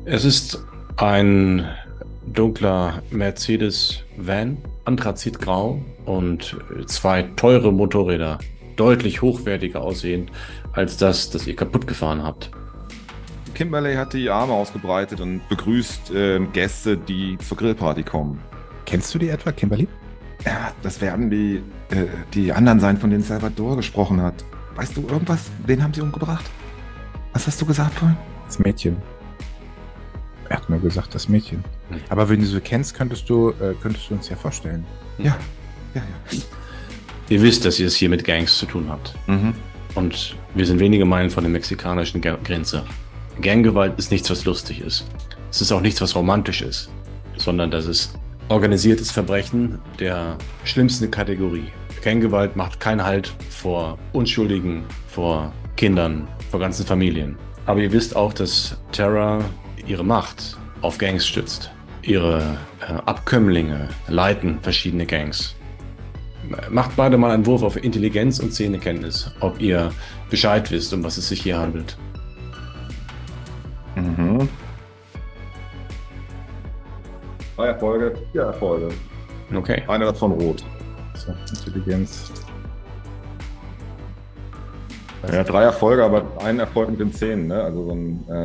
Es ist ein dunkler Mercedes-Van, anthrazitgrau und zwei teure Motorräder, deutlich hochwertiger aussehend als das ihr kaputt gefahren habt. Kimberly hat die Arme ausgebreitet und begrüßt Gäste, die zur Grillparty kommen. Kennst du die etwa, Kimberly? Ja, das werden die anderen sein, von denen Salvador gesprochen hat. Weißt du irgendwas? Wen haben sie umgebracht? Was hast du gesagt vorhin? Das Mädchen. Er hat nur gesagt, das Mädchen. Hm. Aber wenn du sie kennst, könntest du uns ja vorstellen. Ja. Ihr wisst, dass ihr es hier mit Gangs zu tun habt. Mhm. Und wir sind wenige Meilen von der mexikanischen Grenze. Ganggewalt ist nichts, was lustig ist. Es ist auch nichts, was romantisch ist, sondern das ist organisiertes Verbrechen der schlimmsten Kategorie. Ganggewalt macht keinen Halt vor Unschuldigen, vor Kindern, vor ganzen Familien. Aber ihr wisst auch, dass Terra ihre Macht auf Gangs stützt. Ihre Abkömmlinge leiten verschiedene Gangs. Macht beide mal einen Wurf auf Intelligenz und Szenekenntnis, ob ihr Bescheid wisst, um was es sich hier handelt. Mhm. 3 Erfolge, 4 Erfolge. Okay. Einer davon rot. So, Intelligenz. Ja, 3 Erfolge, aber ein Erfolg mit den Zähnen, ne? Also so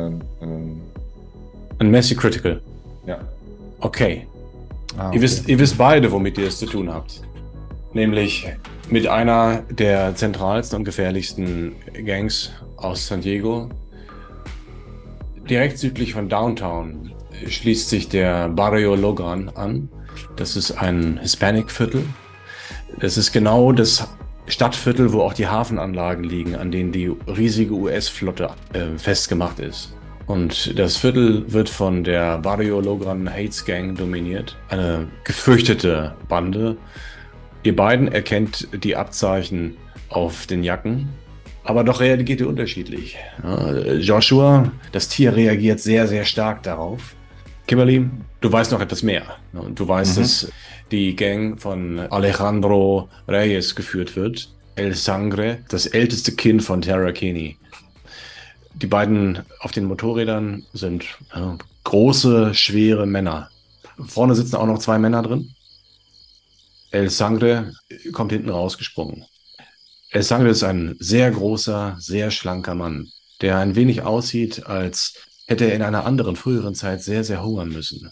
Ein Messy Critical. ja. Okay. Okay. Ihr wisst beide, womit ihr es zu tun habt. Nämlich mit einer der zentralsten und gefährlichsten Gangs aus San Diego. Direkt südlich von Downtown schließt sich der Barrio Logran an. Das ist ein Hispanic-Viertel. Es ist genau das Stadtviertel, wo auch die Hafenanlagen liegen, an denen die riesige US-Flotte festgemacht ist. Und das Viertel wird von der Barrio Logran Hates Gang dominiert. Eine gefürchtete Bande. Ihr beiden erkennt die Abzeichen auf den Jacken, aber doch reagiert ihr unterschiedlich. Ja, Joshua, das Tier, reagiert sehr, sehr stark darauf. Kimberly, du weißt noch etwas mehr. Und du weißt, dass die Gang von Alejandro Reyes geführt wird. El Sangre, das älteste Kind von Tara Keeney. Die beiden auf den Motorrädern sind große, schwere Männer. Vorne sitzen auch noch 2 Männer drin. El Sangre kommt hinten rausgesprungen. El Sangre ist ein sehr großer, sehr schlanker Mann, der ein wenig aussieht, als hätte er in einer anderen, früheren Zeit sehr, sehr hungern müssen.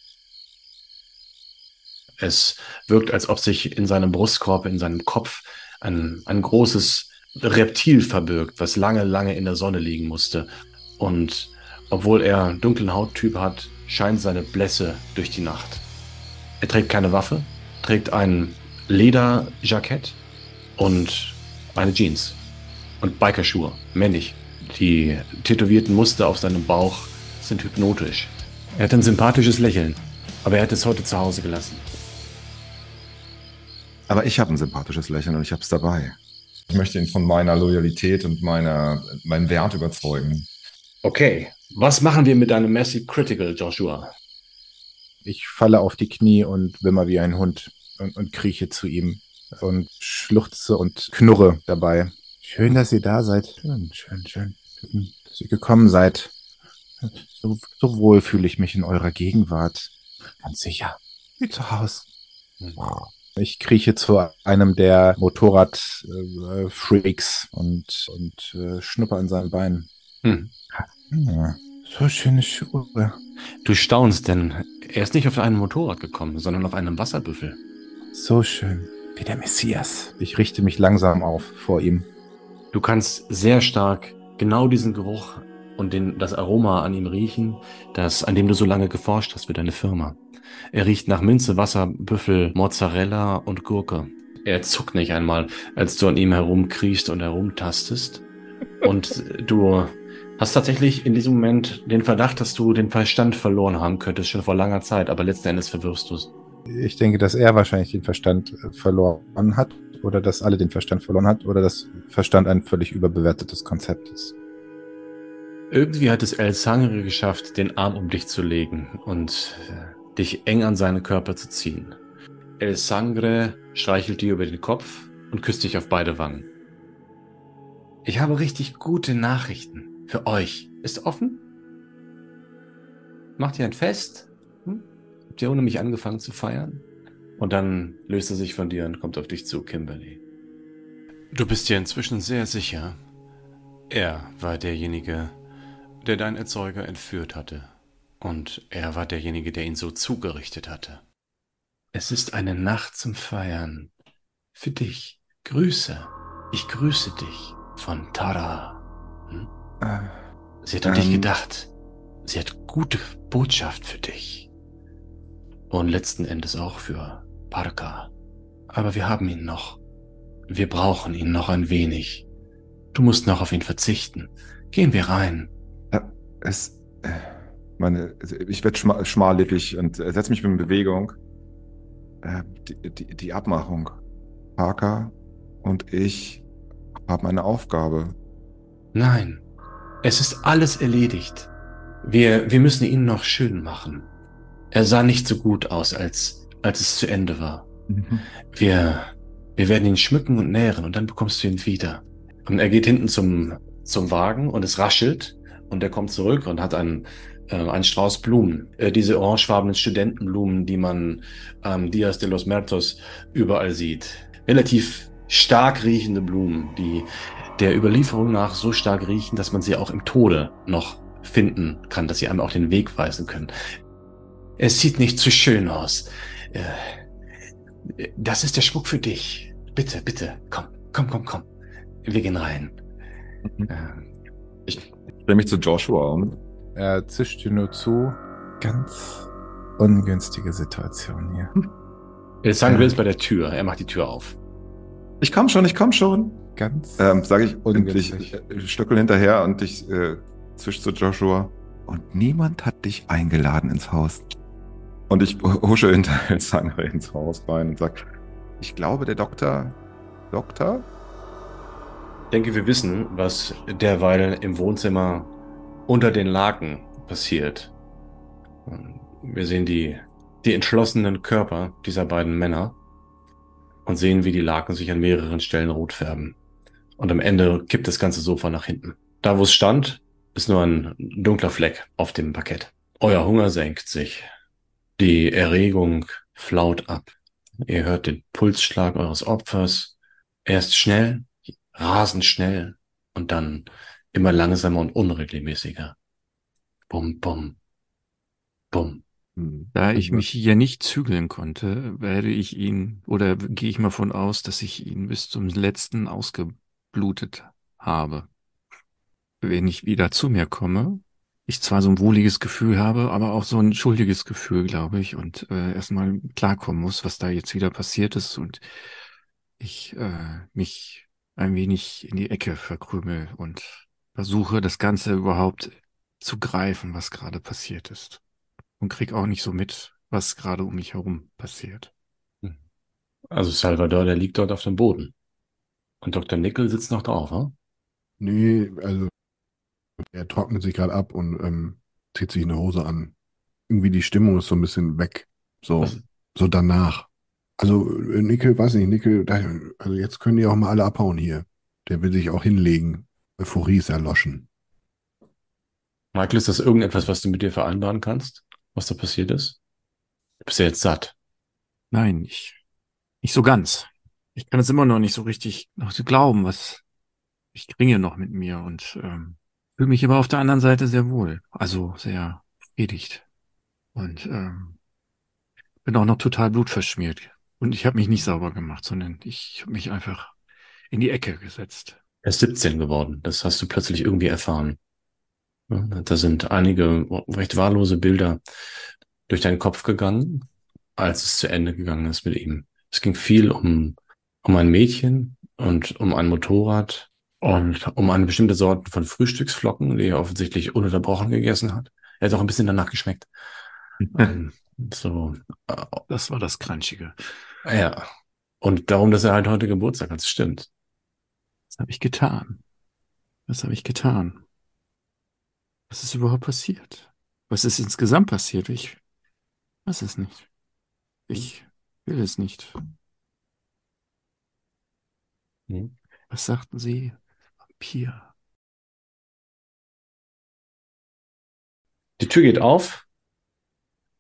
Es wirkt, als ob sich in seinem Brustkorb, in seinem Kopf ein großes Reptil verbirgt, was lange, lange in der Sonne liegen musste. Und obwohl er einen dunklen Hauttyp hat, scheint seine Blässe durch die Nacht. Er trägt keine Waffe, trägt ein Lederjackett und eine Jeans und Bikerschuhe, männlich. Die tätowierten Muster auf seinem Bauch sind hypnotisch. Er hat ein sympathisches Lächeln, aber er hat es heute zu Hause gelassen. Aber ich habe ein sympathisches Lächeln und ich habe es dabei. Ich möchte ihn von meiner Loyalität und meinem Wert überzeugen. Okay, was machen wir mit deinem Messy Critical, Joshua? Ich falle auf die Knie und wimmer wie ein Hund und krieche zu ihm und schluchze und knurre dabei. Schön, dass ihr da seid. Schön, schön, schön, dass ihr gekommen seid. So wohl fühle ich mich in eurer Gegenwart. Ganz sicher. Wie zu Hause. Ich krieche zu einem der Motorrad-Freaks und schnupper an seinem Bein. Hm. Ja, so schöne Schuhe. Du staunst, denn er ist nicht auf einem Motorrad gekommen, sondern auf einem Wasserbüffel. So schön. Wie der Messias. Ich richte mich langsam auf vor ihm. Du kannst sehr stark genau diesen Geruch und das Aroma an ihm riechen, an dem du so lange geforscht hast für deine Firma. Er riecht nach Minze, Wasser, Büffel, Mozzarella und Gurke. Er zuckt nicht einmal, als du an ihm herumkriechst und herumtastest. Und du hast tatsächlich in diesem Moment den Verdacht, dass du den Verstand verloren haben könntest, schon vor langer Zeit, aber letzten Endes verwirfst du es. Ich denke, dass er wahrscheinlich den Verstand verloren hat oder dass alle den Verstand verloren hat oder dass Verstand ein völlig überbewertetes Konzept ist. Irgendwie hat es El Sangre geschafft, den Arm um dich zu legen und dich eng an seinen Körper zu ziehen. El Sangre streichelt dir über den Kopf und küsst dich auf beide Wangen. Ich habe richtig gute Nachrichten für euch. Ist offen? Macht ihr ein Fest? Habt ihr ohne mich angefangen zu feiern? Und dann löst er sich von dir und kommt auf dich zu, Kimberly. Du bist dir inzwischen sehr sicher, er war derjenige, der deinen Erzeuger entführt hatte. Und er war derjenige, der ihn so zugerichtet hatte. Es ist eine Nacht zum Feiern. Für dich. Grüße. Ich grüße dich von Tara. Äh, Sie hat an dich gedacht. Sie hat gute Botschaft für dich. Und letzten Endes auch für Parka. Aber wir haben ihn noch. Wir brauchen ihn noch ein wenig. Du musst noch auf ihn verzichten. Gehen wir rein. es, ich werde schmallippig und setze mich in Bewegung. Die Abmachung. Parker und ich haben eine Aufgabe. Nein, es ist alles erledigt. Wir müssen ihn noch schön machen. Er sah nicht so gut aus, als es zu Ende war. Wir werden ihn schmücken und nähren und dann bekommst du ihn wieder. Und er geht hinten zum Wagen und es raschelt und er kommt zurück und hat einen Strauß Blumen. Diese orangefarbenen Studentenblumen, die man am Dias de los Muertos überall sieht. Relativ stark riechende Blumen, die der Überlieferung nach so stark riechen, dass man sie auch im Tode noch finden kann, dass sie einem auch den Weg weisen können. Es sieht nicht zu schön aus. Das ist der Schmuck für dich. Bitte, bitte, komm. Wir gehen rein. Ich drehe mich zu Joshua um. Er zischt dir nur zu. Ganz ungünstige Situation hier. Sagen wir es bei der Tür. Er macht die Tür auf. Ich komm schon. Ganz Sage ich ungünstig. ich stöckel hinterher und ich zisch zu Joshua. Und niemand hat dich eingeladen ins Haus. Und ich husche hinter Sangre ins Haus rein und sag, ich glaube, der Doktor? Ich denke, wir wissen, was derweil im Wohnzimmer unter den Laken passiert. Wir sehen die entschlossenen Körper dieser beiden Männer und sehen, wie die Laken sich an mehreren Stellen rot färben. Und am Ende kippt das ganze Sofa nach hinten. Da, wo es stand, ist nur ein dunkler Fleck auf dem Parkett. Euer Hunger senkt sich. Die Erregung flaut ab. Ihr hört den Pulsschlag eures Opfers. Erst schnell, rasend schnell und dann immer langsamer und unregelmäßiger. Bum, bum, bum. Da ich mich hier nicht zügeln konnte, werde ich ihn, oder gehe ich mal von aus, dass ich ihn bis zum letzten ausgeblutet habe. Wenn ich wieder zu mir komme, ich zwar so ein wohliges Gefühl habe, aber auch so ein schuldiges Gefühl, glaube ich, und erstmal klarkommen muss, was da jetzt wieder passiert ist und ich mich ein wenig in die Ecke verkrümel und versuche, das Ganze überhaupt zu greifen, was gerade passiert ist. Und krieg auch nicht so mit, was gerade um mich herum passiert. Also Salvador, der liegt dort auf dem Boden. Und Dr. Nickel sitzt noch drauf, hm? Nee, also er trocknet sich gerade ab und zieht sich eine Hose an. Irgendwie die Stimmung ist so ein bisschen weg. So, Was? so danach. Also Nickel, weiß nicht, Nickel, also jetzt können die auch mal alle abhauen hier. Der will sich auch hinlegen. Euphorie ist erloschen. Michael, ist das irgendetwas, was du mit dir vereinbaren kannst, was da passiert ist? Du bist ja jetzt satt. Nein, nicht so ganz. Ich kann es immer noch nicht so richtig noch so glauben, was ich ringe noch mit mir und fühle mich aber auf der anderen Seite sehr wohl, also sehr befriedigt und bin auch noch total blutverschmiert. Und ich habe mich nicht sauber gemacht, sondern ich habe mich einfach in die Ecke gesetzt. Er ist 17 geworden. Das hast du plötzlich irgendwie erfahren. Ja, da sind einige recht wahllose Bilder durch deinen Kopf gegangen, als es zu Ende gegangen ist mit ihm. Es ging viel um ein Mädchen und um ein Motorrad und um eine bestimmte Sorte von Frühstücksflocken, die er offensichtlich ununterbrochen gegessen hat. Er hat auch ein bisschen danach geschmeckt. So, Das war das Crunchige. ja. Und darum, dass er halt heute Geburtstag hat, das stimmt. Was habe ich getan? Was habe ich getan? Was ist überhaupt passiert? Was ist insgesamt passiert? Ich weiß es nicht. Ich will es nicht. Mhm. Was sagten Sie? Vampir. Die Tür geht auf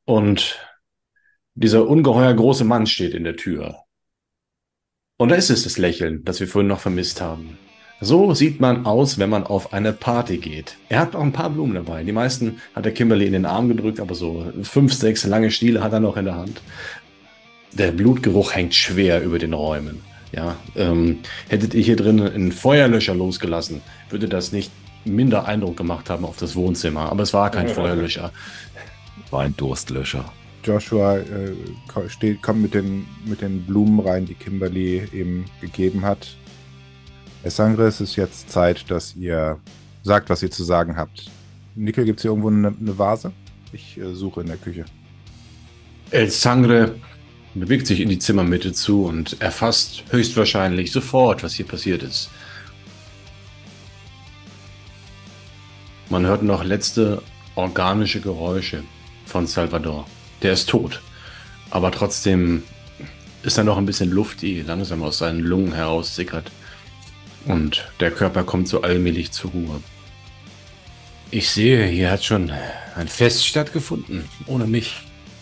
Und dieser ungeheuer große Mann steht in der Tür. Und da ist es, das Lächeln, das wir vorhin noch vermisst haben. So sieht man aus, wenn man auf eine Party geht. Er hat auch ein paar Blumen dabei. Die meisten hat der Kimberly in den Arm gedrückt, aber so 5, 6 lange Stiele hat er noch in der Hand. Der Blutgeruch hängt schwer über den Räumen. Ja, hättet ihr hier drin einen Feuerlöscher losgelassen, würde das nicht minder Eindruck gemacht haben auf das Wohnzimmer. Aber es war kein Feuerlöscher. War ein Durstlöscher. Joshua kommt mit den Blumen rein, die Kimberly ihm gegeben hat. Herr Sangre, es ist jetzt Zeit, dass ihr sagt, was ihr zu sagen habt. Nickel, gibt es hier irgendwo eine Vase? Ich suche in der Küche. El Sangre bewegt sich in die Zimmermitte zu und erfasst höchstwahrscheinlich sofort, was hier passiert ist. Man hört noch letzte organische Geräusche von Salvador. Der ist tot, aber trotzdem ist da noch ein bisschen Luft, die langsam aus seinen Lungen heraussickert. Und der Körper kommt so allmählich zur Ruhe. Ich sehe, hier hat schon ein Fest stattgefunden, ohne mich.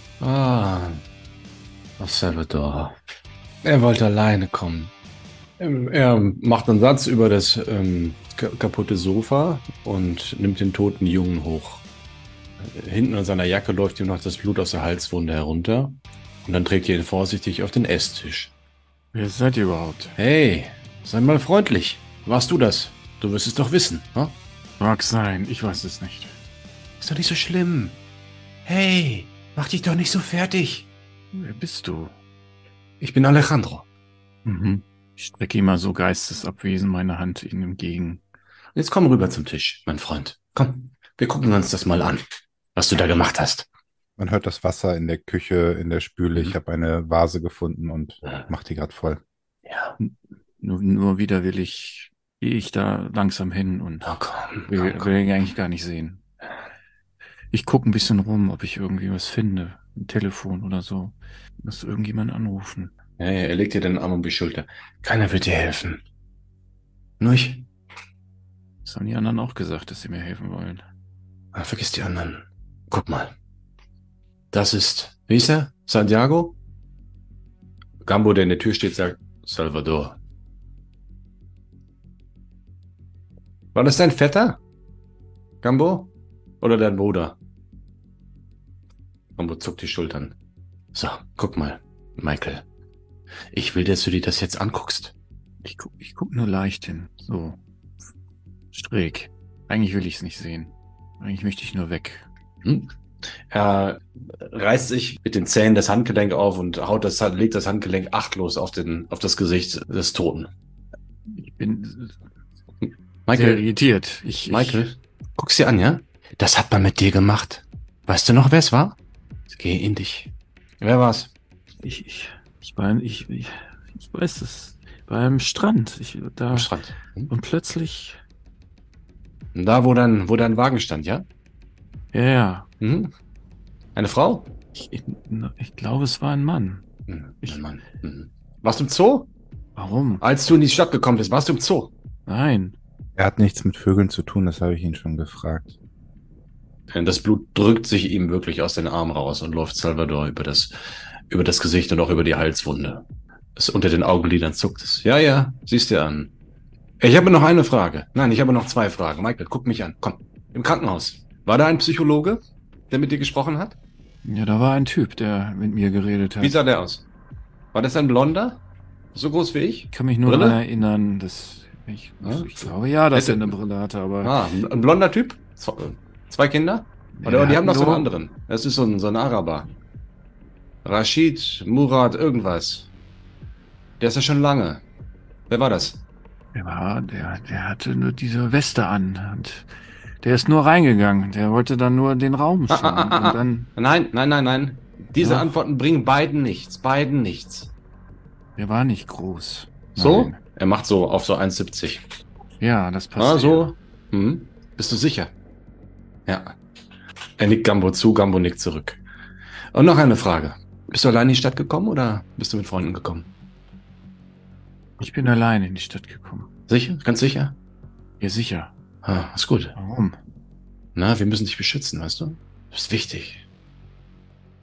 Salvador. Er wollte alleine kommen. Er macht einen Satz über das kaputte Sofa und nimmt den toten Jungen hoch. Hinten an seiner Jacke läuft ihm noch das Blut aus der Halswunde herunter. Und dann trägt er ihn vorsichtig auf den Esstisch. Wer seid ihr überhaupt? Hey, sei mal freundlich. Warst du das? Du wirst es doch wissen, hm? Mag sein, ich weiß es nicht. Ist doch nicht so schlimm. Hey, mach dich doch nicht so fertig. Wer bist du? Ich bin Alejandro. Mhm. Ich strecke ihm mal so geistesabwesend meine Hand ihm entgegen. Jetzt komm rüber zum Tisch, mein Freund. Komm, wir gucken uns das mal an, was du da gemacht hast. Man hört das Wasser in der Küche, in der Spüle. Ich habe eine Vase gefunden und mach die gerade voll. Ja. Nur widerwillig gehe ich da langsam hin und will ihn eigentlich gar nicht sehen. Ich gucke ein bisschen rum, ob ich irgendwie was finde. Ein Telefon oder so. Muss irgendjemand anrufen. Ja, er legt dir den Arm um die Schulter. Keiner wird dir helfen. Nur ich. Das haben die anderen auch gesagt, dass sie mir helfen wollen. Vergiss die anderen. Guck mal. Das ist, wie ist er? Santiago? Gambo, der in der Tür steht, sagt Salvador. War das dein Vetter? Gambo? Oder dein Bruder? Gambo zuckt die Schultern. So, guck mal, Michael. Ich will, dass du dir das jetzt anguckst. Ich guck nur leicht hin. So. Schräg. Eigentlich will ich es nicht sehen. Eigentlich möchte ich nur weg. Er reißt sich mit den Zähnen das Handgelenk auf und legt das Handgelenk achtlos auf das Gesicht des Toten. Ich bin Michael, sehr irritiert. Michael, guck's dir an, ja? Das hat man mit dir gemacht. Weißt du noch, wer es war? Geh in dich. Wer war's? Ich weiß es. Beim Strand. Am Strand. Und plötzlich. Da, wo dein Wagen stand, ja? Ja. Mhm. Eine Frau? Ich glaube, es war ein Mann. Ein Mann. Warst du im Zoo? Warum? Als du in die Stadt gekommen bist, warst du im Zoo? Nein. Er hat nichts mit Vögeln zu tun, das habe ich ihn schon gefragt. Das Blut drückt sich ihm wirklich aus den Armen raus und läuft Salvador über das Gesicht und auch über die Halswunde. Unter den Augenlidern zuckt es. Ja, siehst dir an. Ich habe noch eine Frage. Nein, ich habe noch 2 Fragen. Michael, guck mich an. Komm. Im Krankenhaus. War da ein Psychologe, der mit dir gesprochen hat? Ja, da war ein Typ, der mit mir geredet hat. Wie sah der aus? War das ein Blonder? So groß wie ich? Ich kann mich nur daran erinnern, dass ich glaube ja, dass er eine Brille hatte, aber... ein blonder Typ? 2 Kinder? Oder die haben noch so einen anderen. Das ist so ein Araber. Rashid, Murat, irgendwas. Der ist ja schon lange. Wer war das? Der hatte nur diese Weste an und der ist nur reingegangen. Der wollte dann nur den Raum schauen und dann... Nein. Diese Antworten bringen beiden nichts. Der war nicht groß. So? Nein. Er macht so auf so 1,70. Ja, das passt. So. Bist du sicher? Ja. Er nickt Gambo zu, Gambo nickt zurück. Und noch eine Frage. Bist du allein in die Stadt gekommen oder bist du mit Freunden gekommen? Ich bin allein in die Stadt gekommen. Sicher? Ganz sicher? Ja, sicher. Ist gut. Warum? Na, wir müssen dich beschützen, weißt du? Das ist wichtig.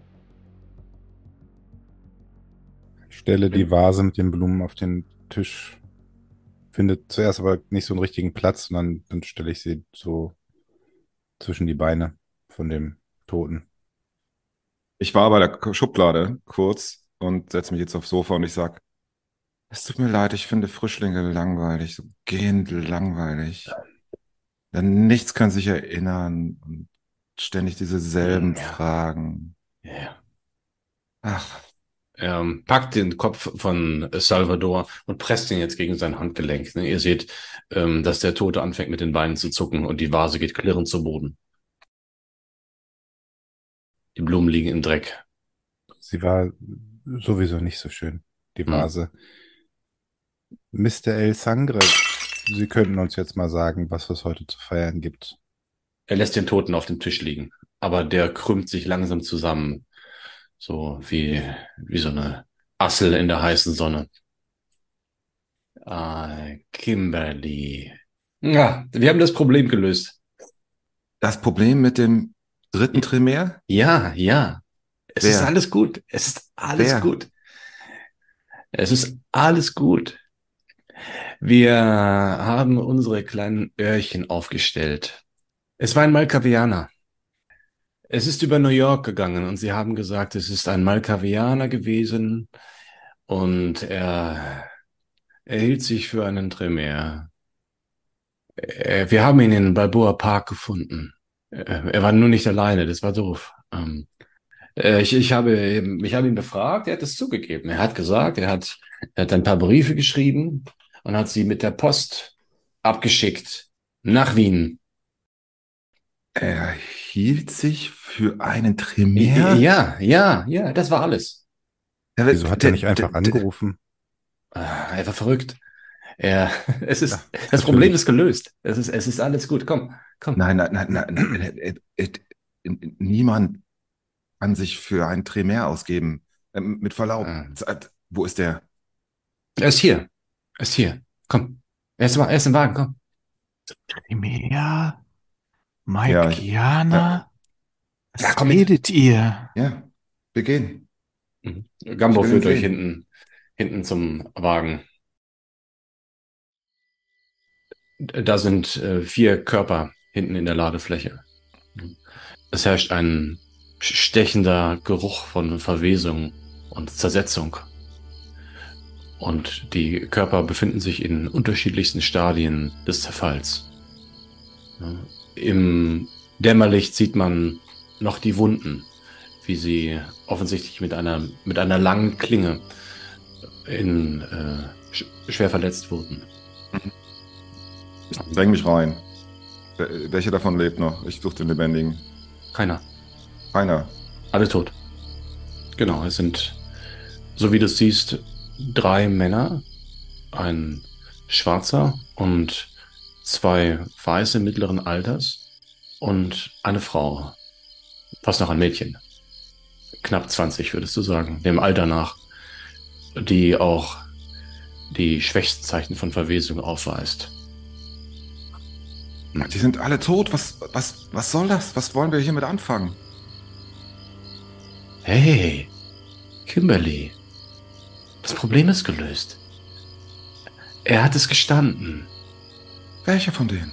Stelle die Vase mit den Blumen auf den Tisch. Finde zuerst aber nicht so einen richtigen Platz, sondern dann stelle ich sie so zwischen die Beine von dem Toten. Ich war bei der Schublade kurz und setze mich jetzt aufs Sofa und ich sag, es tut mir leid, ich finde Frischlinge langweilig, so gehend langweilig. Denn nichts kann sich erinnern und ständig diese selben Ja. Fragen. Ja. Ach, Er packt den Kopf von Salvador und presst ihn jetzt gegen sein Handgelenk. Ne? Ihr seht, dass der Tote anfängt mit den Beinen zu zucken und die Vase geht klirrend zu Boden. Die Blumen liegen im Dreck. Sie war sowieso nicht so schön, die Hm. Vase. Mr. El Sangre, Sie könnten uns jetzt mal sagen, was es heute zu feiern gibt. Er lässt den Toten auf dem Tisch liegen, aber der krümmt sich langsam zusammen, so wie so eine Assel in der heißen Sonne. Kimberly. Ja, wir haben das Problem gelöst. das Problem mit dem dritten Tremere? Ja, ja. Es ist Wer? alles gut. Es ist alles Wer? gut. Es ist alles gut. Wir haben unsere kleinen Öhrchen aufgestellt. Es war ein Malkavianer. Es ist über New York gegangen und sie haben gesagt, es ist ein Malkavianer gewesen und er hielt sich für einen Tremere. Wir haben ihn in Balboa Park gefunden. Er war nur nicht alleine, das war doof. Ich habe ihn befragt, er hat es zugegeben. Er hat gesagt, er hat ein paar Briefe geschrieben und hat sie mit der Post abgeschickt nach Wien. Er hielt sich für einen Tremere? Ja, das war alles. Wieso hat er nicht einfach angerufen? Er war verrückt. Er, Ja, das Problem natürlich. ist gelöst. Es ist alles gut. Komm. Nein. Niemand kann sich für einen Tremere ausgeben. Mit Verlaub, Äh, wo ist der? Er ist hier. Er ist hier. Komm. Er ist im Wagen, komm. Tremere, Ja, Maikiana, Ja, was komm mit. redet ihr? ja, wir gehen. Gambo Ich will ihn führt euch sehen. hinten zum Wagen. Da sind 4 Körper hinten in der Ladefläche. Es herrscht ein stechender Geruch von Verwesung und Zersetzung. Und die Körper befinden sich in unterschiedlichsten Stadien des Zerfalls. Ja. Im Dämmerlicht sieht man noch die Wunden, wie sie offensichtlich mit einer langen Klinge schwer verletzt wurden. Dräng mich rein. Welcher davon lebt noch? Ich suche den Lebendigen. Keiner. Keiner. Alle tot. Genau, es sind, so wie du es siehst, 3 Männer, ein Schwarzer und 2 Weiße mittleren Alters und eine Frau, fast noch ein Mädchen, knapp 20 würdest du sagen, dem Alter nach, die auch die schwächsten Zeichen von Verwesung aufweist. Die sind alle tot. Was soll das? Was wollen wir hiermit anfangen? Hey, Kimberly, das Problem ist gelöst. Er hat es gestanden. Welcher von denen?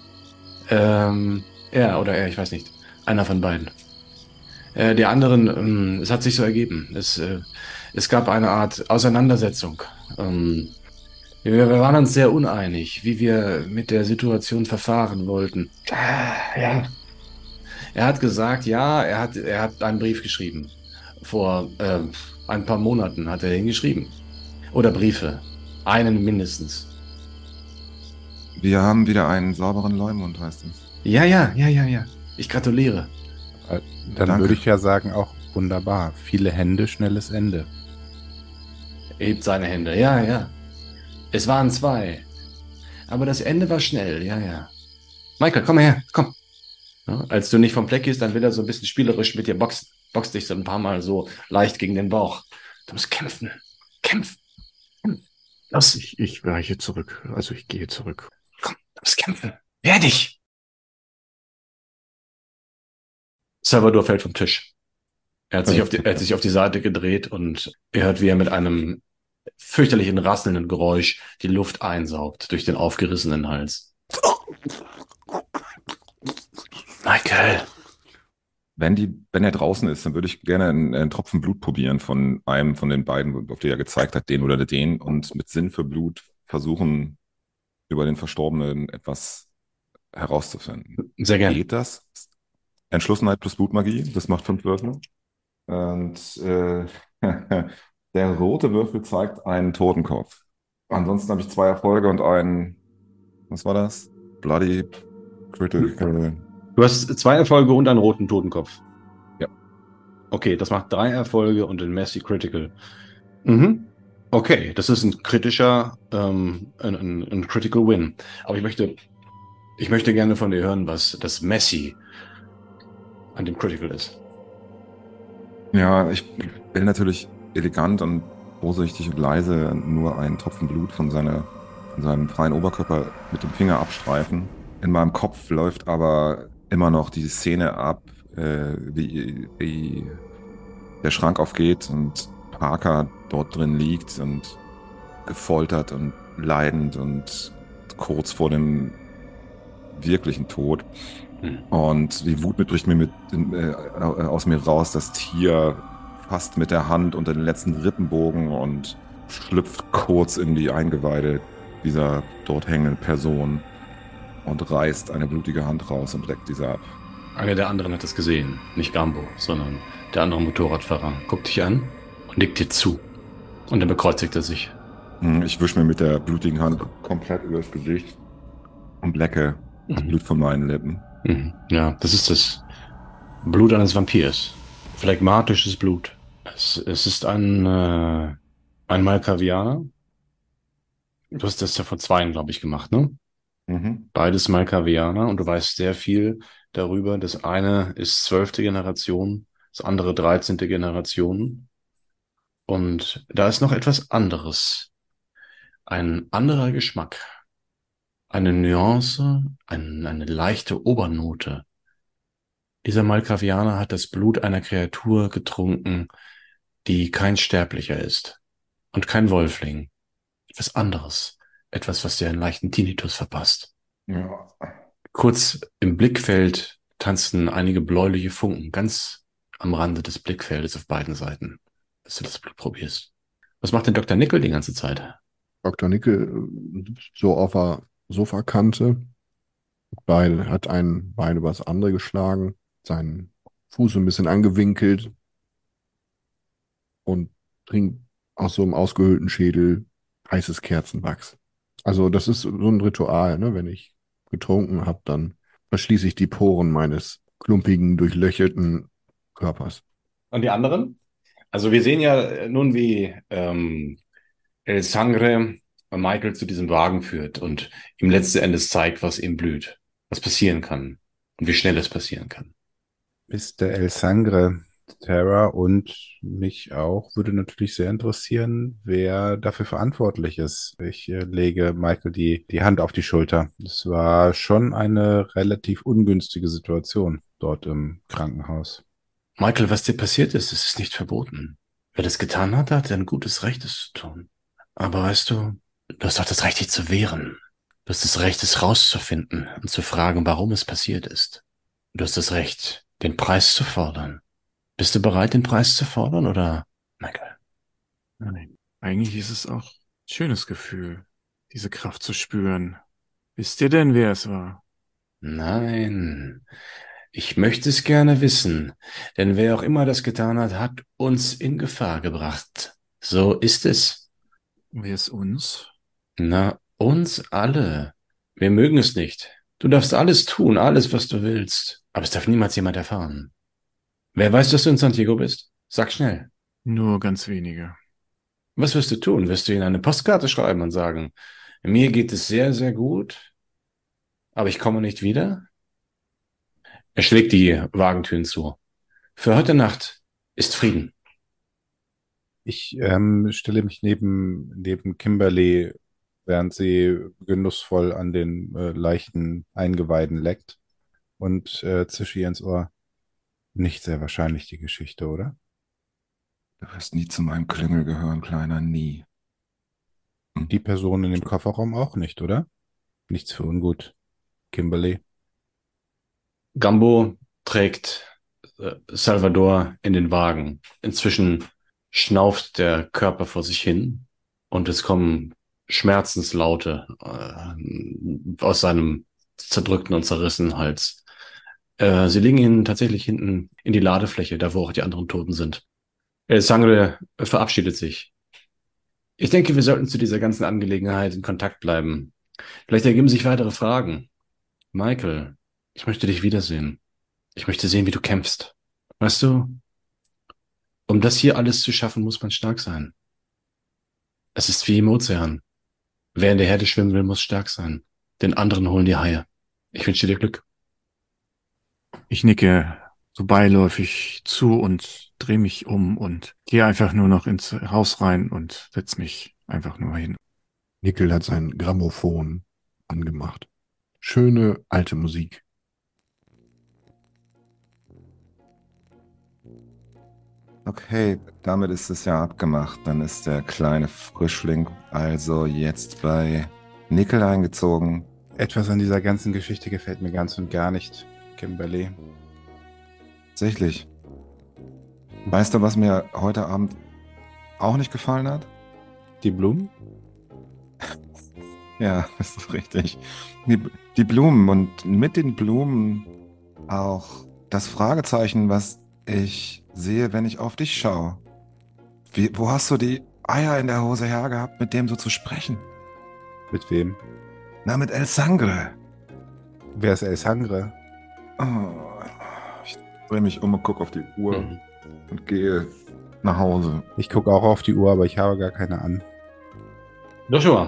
Er oder er, ich weiß nicht. Einer von beiden. Die anderen, es hat sich so ergeben. Es gab eine Art Auseinandersetzung. Wir waren uns sehr uneinig, wie wir mit der Situation verfahren wollten. Ja. Er hat gesagt, ja, er hat einen Brief geschrieben. Vor ein paar Monaten hat er ihn geschrieben. Oder Briefe. Einen mindestens. Wir haben wieder einen sauberen Leumund, heißt es. Ja. Ich gratuliere. Dann Danke. würde ich ja sagen, auch wunderbar. Viele Hände, schnelles Ende. Er hebt seine Hände. Ja. Es waren 2. Aber das Ende war schnell. Ja. Michael, komm her. Komm. Ja, als du nicht vom Fleck gehst, dann will er so ein bisschen spielerisch mit dir boxen. Boxt dich so ein paar Mal so leicht gegen den Bauch. Du musst kämpfen. Kämpfen. Los. Ich weiche zurück. Also ich gehe zurück. Komm, du musst kämpfen. Wehr dich. Salvador fällt vom Tisch. Er hat sich auf die Seite gedreht und ihr hört, wie er mit einem fürchterlichen rasselnden Geräusch die Luft einsaugt durch den aufgerissenen Hals. Michael! Wenn er draußen ist, dann würde ich gerne einen Tropfen Blut probieren von einem von den beiden, auf die er gezeigt hat, den oder den, und mit Sinn für Blut versuchen, über den Verstorbenen etwas herauszufinden. Sehr gern. Geht das? Entschlossenheit plus Blutmagie, das macht 5 Würfel. Und der rote Würfel zeigt einen Totenkopf. Ansonsten habe ich 2 Erfolge und einen, was war das? Bloody Critical. Du hast 2 Erfolge und einen roten Totenkopf. Ja. Okay, das macht 3 Erfolge und ein Messy Critical. Mhm. Okay, das ist ein kritischer, ein Critical Win. Aber ich möchte gerne von dir hören, was das Messy an dem Critical ist. Ja, ich will natürlich elegant und vorsichtig und leise nur einen Tropfen Blut von seinem freien Oberkörper mit dem Finger abstreifen. In meinem Kopf läuft aber immer noch die Szene ab, wie der Schrank aufgeht und Parker dort drin liegt und gefoltert und leidend und kurz vor dem wirklichen Tod. Und die Wut bricht mir aus mir raus. Das Tier fasst mit der Hand unter den letzten Rippenbogen und schlüpft kurz in die Eingeweide dieser dort hängenden Person und reißt eine blutige Hand raus und leckt diese ab. Einer der anderen hat das gesehen. Nicht Gambo, sondern der andere Motorradfahrer. Guckt dich an und nickt dir zu. Und dann bekreuzigt er sich. Ich wische mir mit der blutigen Hand komplett übers Gesicht und lecke das Blut von meinen Lippen. Ja, das ist das Blut eines Vampirs. Phlegmatisches Blut. Es ist ein Malkavianer. Du hast das ja von 2, glaube ich, gemacht, ne? Beides Malkavianer und du weißt sehr viel darüber. Das eine ist 12. Generation, das andere 13. Generation. Und da ist noch etwas anderes. Ein anderer Geschmack. Eine Nuance, eine leichte Obernote. Dieser Malkavianer hat das Blut einer Kreatur getrunken, die kein Sterblicher ist und kein Wolfling. Etwas anderes. Etwas, was dir einen leichten Tinnitus verpasst. Ja. Kurz im Blickfeld tanzen einige bläuliche Funken, ganz am Rande des Blickfeldes auf beiden Seiten, dass du das Blut probierst. Was macht denn Dr. Nickel die ganze Zeit? Dr. Nickel so auf der Sofakante, hat ein Bein über das andere geschlagen, seinen Fuß ein bisschen angewinkelt und trinkt aus so einem ausgehöhlten Schädel heißes Kerzenwachs. Also das ist so ein Ritual, ne? Wenn ich getrunken habe, dann verschließe ich die Poren meines klumpigen, durchlöcherten Körpers. Und die anderen? Also wir sehen ja nun, wie El Sangre Michael zu diesem Wagen führt und ihm letzten Endes zeigt, was ihm blüht, was passieren kann und wie schnell es passieren kann. Mr. El Sangre, Terra und mich auch, würde natürlich sehr interessieren, wer dafür verantwortlich ist. Ich lege Michael die Hand auf die Schulter. Es war schon eine relativ ungünstige Situation dort im Krankenhaus. Michael, was dir passiert ist, es ist nicht verboten. Wer das getan hat, hat ein gutes Recht, es zu tun. Aber weißt du hast doch das Recht, dich zu wehren. Du hast das Recht, es rauszufinden und zu fragen, warum es passiert ist. Du hast das Recht, den Preis zu fordern. Bist du bereit, den Preis zu fordern, oder, Michael? Nein. Eigentlich ist es auch ein schönes Gefühl, diese Kraft zu spüren. Wisst ihr denn, wer es war? Nein. Ich möchte es gerne wissen, denn wer auch immer das getan hat, hat uns in Gefahr gebracht. So ist es. Wer ist uns? Na, uns alle. Wir mögen es nicht. Du darfst alles tun, alles, was du willst. Aber es darf niemals jemand erfahren. Wer weiß, dass du in Santiago bist? Sag schnell. Nur ganz wenige. Was wirst du tun? Wirst du ihnen eine Postkarte schreiben und sagen, mir geht es sehr, sehr gut, aber ich komme nicht wieder? Er schlägt die Wagentüren zu. Für heute Nacht ist Frieden. Ich stelle mich neben Kimberly, während sie genussvoll an den leichten Eingeweiden leckt und zische ihr ins Ohr. Nicht sehr wahrscheinlich die Geschichte, oder? Du wirst nie zu meinem Klüngel gehören, Kleiner, nie. Die Person in dem Kofferraum auch nicht, oder? Nichts für ungut. Kimberly. Gambo trägt Salvador in den Wagen. Inzwischen schnauft der Körper vor sich hin und es kommen Schmerzenslaute aus seinem zerdrückten und zerrissenen Hals. Sie legen ihn tatsächlich hinten in die Ladefläche, da wo auch die anderen Toten sind. El Sangre verabschiedet sich. Ich denke, wir sollten zu dieser ganzen Angelegenheit in Kontakt bleiben. Vielleicht ergeben sich weitere Fragen. Michael, ich möchte dich wiedersehen. Ich möchte sehen, wie du kämpfst. Weißt du, um das hier alles zu schaffen, muss man stark sein. Es ist wie im Ozean. Wer in der Herde schwimmen will, muss stark sein. Den anderen holen die Haie. Ich wünsche dir Glück. Ich nicke so beiläufig zu und drehe mich um und gehe einfach nur noch ins Haus rein und setz mich einfach nur hin. Nickel hat sein Grammophon angemacht. Schöne alte Musik. Okay, damit ist es ja abgemacht. Dann ist der kleine Frischling also jetzt bei Nickel eingezogen. Etwas an dieser ganzen Geschichte gefällt mir ganz und gar nicht, Kimberly. Tatsächlich. Weißt du, was mir heute Abend auch nicht gefallen hat? Die Blumen? Ja, das ist richtig. Die Blumen und mit den Blumen auch das Fragezeichen, was ich sehe, wenn ich auf dich schaue. Wo hast du die Eier in der Hose hergehabt, mit dem so zu sprechen? Mit wem? Na, mit El Sangre. Wer ist El Sangre? Oh, ich drehe mich um und gucke auf die Uhr und gehe nach Hause. Ich gucke auch auf die Uhr, aber ich habe gar keine an. Joshua,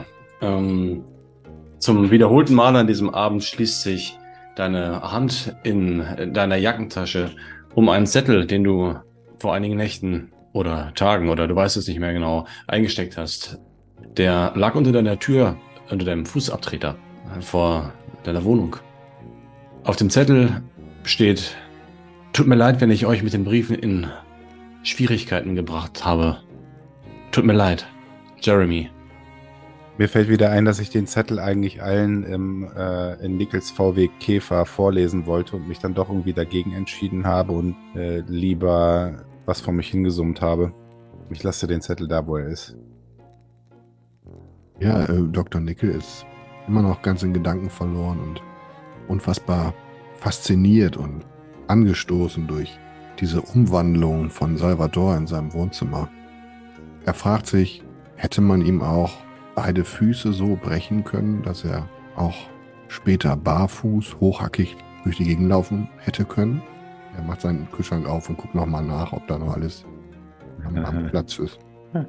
zum wiederholten Mal an diesem Abend schließt sich deine Hand in deiner Jackentasche um einen Zettel, den du vor einigen Nächten oder Tagen oder du weißt es nicht mehr genau, eingesteckt hast. Der lag unter deiner Tür, unter deinem Fußabtreter vor deiner Wohnung. Auf dem Zettel steht: Tut mir leid, wenn ich euch mit den Briefen in Schwierigkeiten gebracht habe. Tut mir leid, Jeremy. Mir fällt wieder ein, dass ich den Zettel eigentlich allen in Nickels VW Käfer vorlesen wollte und mich dann doch irgendwie dagegen entschieden habe und lieber was vor mich hingesummt habe. Ich lasse den Zettel da, wo er ist. Ja, Dr. Nickel ist immer noch ganz in Gedanken verloren und unfassbar fasziniert und angestoßen durch diese Umwandlung von Salvador in seinem Wohnzimmer. Er fragt sich, hätte man ihm auch beide Füße so brechen können, dass er auch später barfuß, hochhackig durch die Gegend laufen hätte können? Er macht seinen Kühlschrank auf und guckt nochmal nach, ob da noch alles am Platz ist.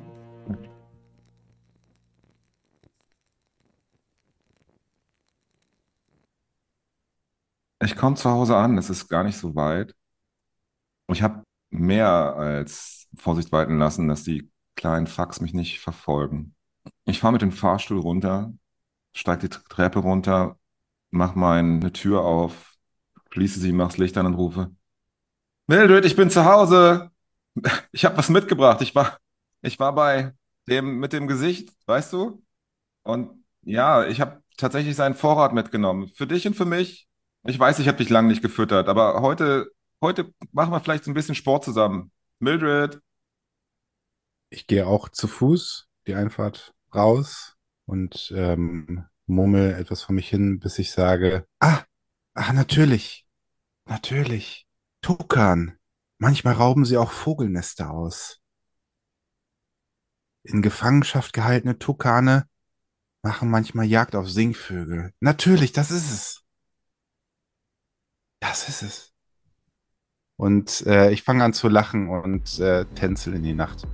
Ich komme zu Hause an, es ist gar nicht so weit. Ich habe mehr als Vorsicht walten lassen, dass die kleinen Fucks mich nicht verfolgen. Ich fahre mit dem Fahrstuhl runter, steige die Treppe runter, mach meine Tür auf, schließe sie, mach's Licht an und rufe: Mildred, ich bin zu Hause. Ich habe was mitgebracht. Ich war bei dem mit dem Gesicht, weißt du? Und ja, ich habe tatsächlich seinen Vorrat mitgenommen. Für dich und für mich. Ich weiß, ich habe dich lange nicht gefüttert, aber heute machen wir vielleicht so ein bisschen Sport zusammen. Mildred. Ich gehe auch zu Fuß die Einfahrt raus und murmel etwas vor mich hin, bis ich sage: natürlich, natürlich. Tukan. Manchmal rauben sie auch Vogelnester aus. In Gefangenschaft gehaltene Tukane machen manchmal Jagd auf Singvögel. Natürlich, das ist es. Das ist es. Und ich fange an zu lachen und tänzel in die Nacht.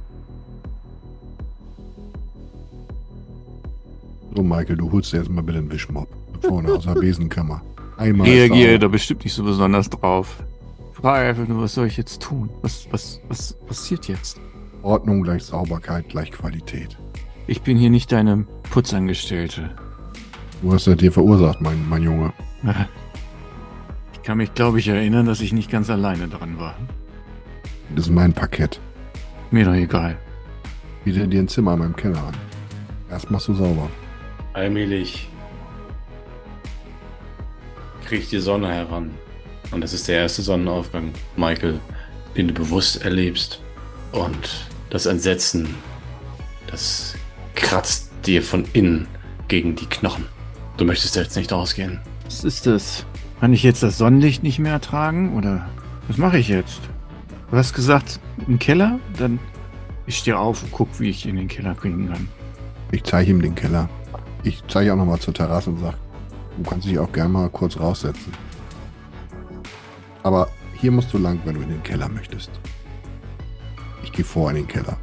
So, Michael, du holst dir jetzt mal bitte einen Wischmopp. Vorne aus der Besenkammer. Einmal. Reagiere da bestimmt nicht so besonders drauf. Frage einfach nur, was soll ich jetzt tun? Was passiert jetzt? Ordnung gleich Sauberkeit gleich Qualität. Ich bin hier nicht deine Putzangestellte. Du hast das dir verursacht, mein Junge. Ich kann mich, glaube ich, erinnern, dass ich nicht ganz alleine dran war. Das ist mein Parkett. Mir doch egal. Biete dir ein Zimmer in meinem Keller an. Erst machst du sauber. Allmählich kriecht die Sonne heran. Und das ist der erste Sonnenaufgang, Michael, den du bewusst erlebst. Und das Entsetzen, das kratzt dir von innen gegen die Knochen. Du möchtest jetzt nicht rausgehen. Was ist das? Kann ich jetzt das Sonnenlicht nicht mehr ertragen? Oder was mache ich jetzt? Du hast gesagt, im Keller? Dann ich stehe auf und guck, wie ich in den Keller kriegen kann. Ich zeige ihm den Keller. Ich zeige auch nochmal zur Terrasse und sage, du kannst dich auch gerne mal kurz raussetzen. Aber hier musst du lang, wenn du in den Keller möchtest. Ich gehe vor in den Keller.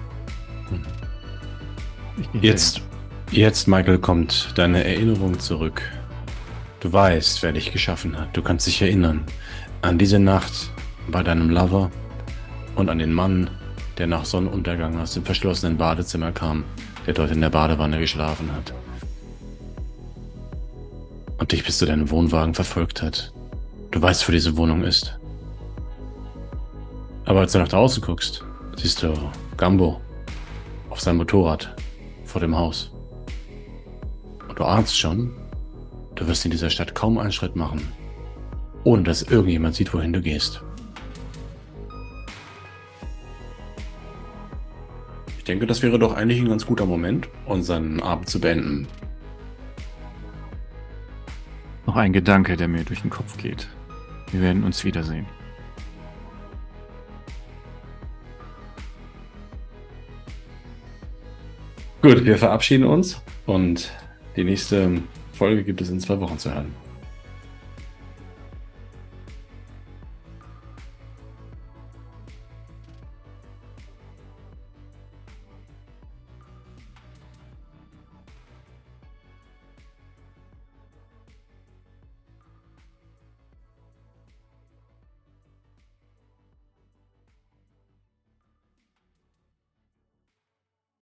Jetzt, Michael, kommt deine Erinnerung zurück. Du weißt, wer dich geschaffen hat. Du kannst dich erinnern an diese Nacht bei deinem Lover und an den Mann, der nach Sonnenuntergang aus dem verschlossenen Badezimmer kam, der dort in der Badewanne geschlafen hat. Und dich bis zu deinem Wohnwagen verfolgt hat. Du weißt, wo diese Wohnung ist. Aber als du nach draußen guckst, siehst du Gambo auf seinem Motorrad vor dem Haus. Und du ahnst schon, du wirst in dieser Stadt kaum einen Schritt machen, ohne dass irgendjemand sieht, wohin du gehst. Ich denke, das wäre doch eigentlich ein ganz guter Moment, unseren Abend zu beenden. Noch ein Gedanke, der mir durch den Kopf geht. Wir werden uns wiedersehen. Gut, wir verabschieden uns und die nächste Folge gibt es in 2 Wochen zu hören.